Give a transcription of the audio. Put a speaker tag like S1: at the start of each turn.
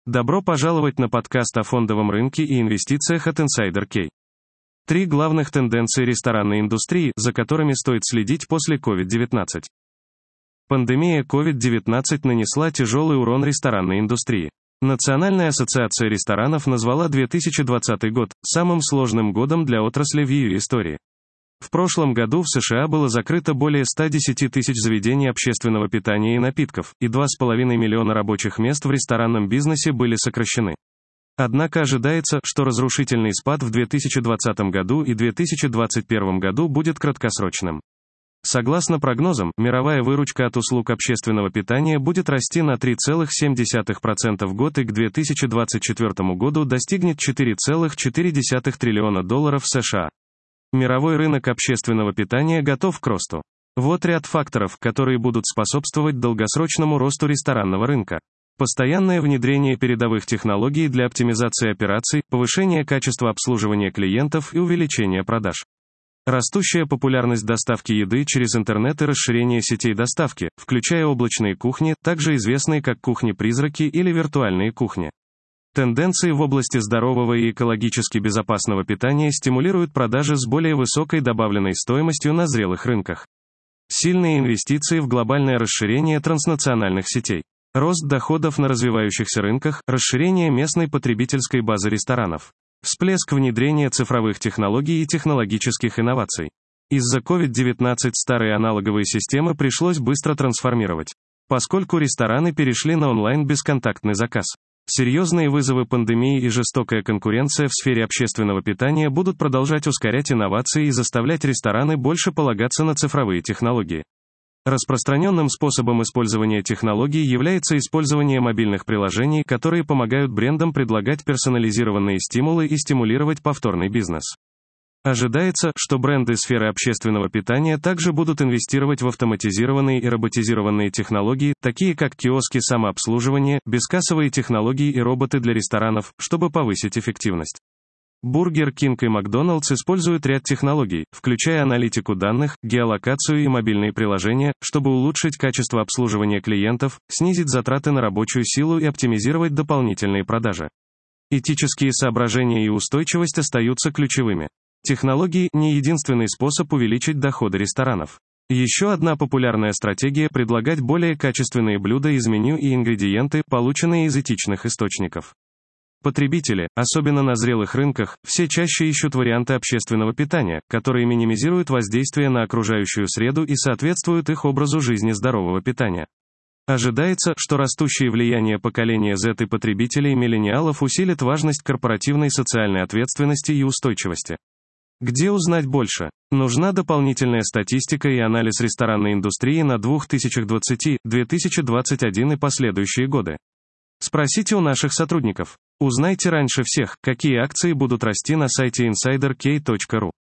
S1: Добро пожаловать на подкаст о фондовом рынке и инвестициях от Insider Key. 3 главных тенденции ресторанной индустрии, за которыми стоит следить после COVID-19. Пандемия COVID-19 нанесла тяжелый урон ресторанной индустрии. Национальная ассоциация ресторанов назвала 2020 год самым сложным годом для отрасли в ее истории. В прошлом году в США было закрыто более 110 тысяч заведений общественного питания и напитков, и 2,5 миллиона рабочих мест в ресторанном бизнесе были сокращены. Однако ожидается, что разрушительный спад в 2020 году и 2021 году будет краткосрочным. Согласно прогнозам, мировая выручка от услуг общественного питания будет расти на 3,7% в год и к 2024 году достигнет $4,4 триллиона в США. Мировой рынок общественного питания готов к росту. Вот ряд факторов, которые будут способствовать долгосрочному росту ресторанного рынка. Постоянное внедрение передовых технологий для оптимизации операций, повышение качества обслуживания клиентов и увеличение продаж. Растущая популярность доставки еды через интернет и расширение сетей доставки, включая облачные кухни, также известные как кухни-призраки или виртуальные кухни. Тенденции в области здорового и экологически безопасного питания стимулируют продажи с более высокой добавленной стоимостью на зрелых рынках. Сильные инвестиции в глобальное расширение транснациональных сетей. Рост доходов на развивающихся рынках, расширение местной потребительской базы ресторанов. Всплеск внедрения цифровых технологий и технологических инноваций. Из-за COVID-19 старые аналоговые системы пришлось быстро трансформировать, поскольку рестораны перешли на онлайн-бесконтактный заказ. Серьезные вызовы пандемии и жестокая конкуренция в сфере общественного питания будут продолжать ускорять инновации и заставлять рестораны больше полагаться на цифровые технологии. Распространенным способом использования технологий является использование мобильных приложений, которые помогают брендам предлагать персонализированные стимулы и стимулировать повторный бизнес. Ожидается, что бренды сферы общественного питания также будут инвестировать в автоматизированные и роботизированные технологии, такие как киоски самообслуживания, бескассовые технологии и роботы для ресторанов, чтобы повысить эффективность. Burger King и McDonald's используют ряд технологий, включая аналитику данных, геолокацию и мобильные приложения, чтобы улучшить качество обслуживания клиентов, снизить затраты на рабочую силу и оптимизировать дополнительные продажи. Этические соображения и устойчивость остаются ключевыми. Технологии – не единственный способ увеличить доходы ресторанов. Еще одна популярная стратегия – предлагать более качественные блюда из меню и ингредиенты, полученные из этичных источников. Потребители, особенно на зрелых рынках, все чаще ищут варианты общественного питания, которые минимизируют воздействие на окружающую среду и соответствуют их образу жизни здорового питания. Ожидается, что растущее влияние поколения Z и потребителей миллениалов усилит важность корпоративной социальной ответственности и устойчивости. Где узнать больше? Нужна дополнительная статистика и анализ ресторанной индустрии на 2020, 2021 и последующие годы. Спросите у наших сотрудников. Узнайте раньше всех, какие акции будут расти на сайте insiderkey.ru.